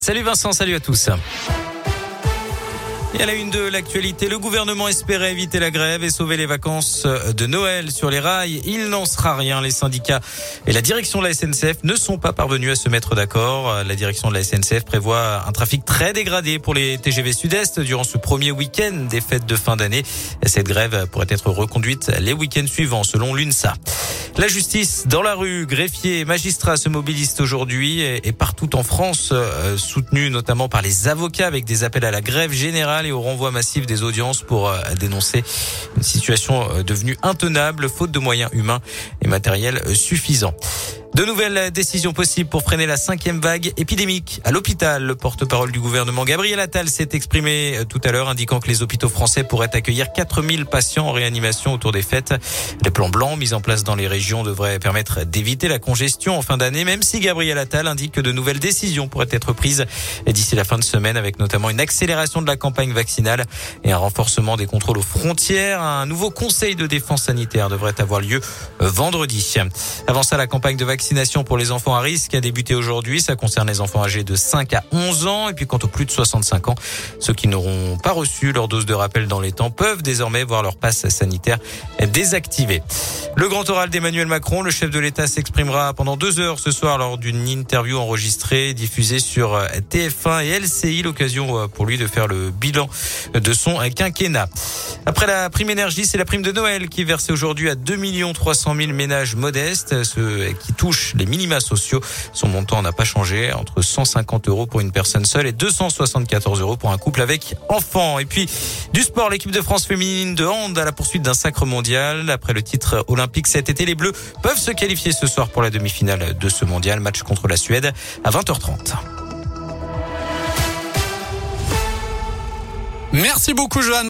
Salut Vincent, salut à tous. Et à la une de l'actualité, le gouvernement espérait éviter la grève et sauver les vacances de Noël sur les rails. Il n'en sera rien. Les syndicats et la direction de la SNCF ne sont pas parvenus à se mettre d'accord. La direction de la SNCF prévoit un trafic très dégradé pour les TGV Sud-Est durant ce premier week-end des fêtes de fin d'année. Cette grève pourrait être reconduite les week-ends suivants selon l'UNSA. La justice dans la rue, greffiers et magistrats se mobilisent aujourd'hui et partout en France, soutenus notamment par les avocats avec des appels à la grève générale et au renvoi massif des audiences pour dénoncer une situation devenue intenable, faute de moyens humains et matériels suffisants. De nouvelles décisions possibles pour freiner la 5e vague épidémique à l'hôpital. Le porte-parole du gouvernement Gabriel Attal s'est exprimé tout à l'heure, indiquant que les hôpitaux français pourraient accueillir 4000 patients en réanimation autour des fêtes. Les plans blancs mis en place dans les régions devraient permettre d'éviter la congestion en fin d'année, même si Gabriel Attal indique que de nouvelles décisions pourraient être prises d'ici la fin de semaine, avec notamment une accélération de la campagne vaccinale et un renforcement des contrôles aux frontières. Un nouveau conseil de défense sanitaire devrait avoir lieu vendredi. Avant ça, la campagne de vaccination pour les enfants à risque a débuté aujourd'hui. Ça concerne les enfants âgés de 5 à 11 ans. Et puis quant aux plus de 65 ans, ceux qui n'auront pas reçu leur dose de rappel dans les temps peuvent désormais voir leur passe sanitaire désactivé. Le grand oral d'Emmanuel Macron, le chef de l'État s'exprimera pendant 2 heures ce soir lors d'une interview enregistrée, diffusée sur TF1 et LCI. L'occasion pour lui de faire le bilan de son quinquennat. Après la prime énergie, c'est la prime de Noël qui est versée aujourd'hui à 2 300 000 ménages modestes, ceux qui touchent les minima sociaux. Son montant n'a pas changé, entre 150 € pour une personne seule et 274 € pour un couple avec enfant. Et puis du sport, l'équipe de France féminine de hand à la poursuite d'un sacre mondial. Après le titre olympique cet été, les Bleus peuvent se qualifier ce soir pour la demi-finale de ce mondial. Match contre la Suède à 20h30. Merci beaucoup, Johan.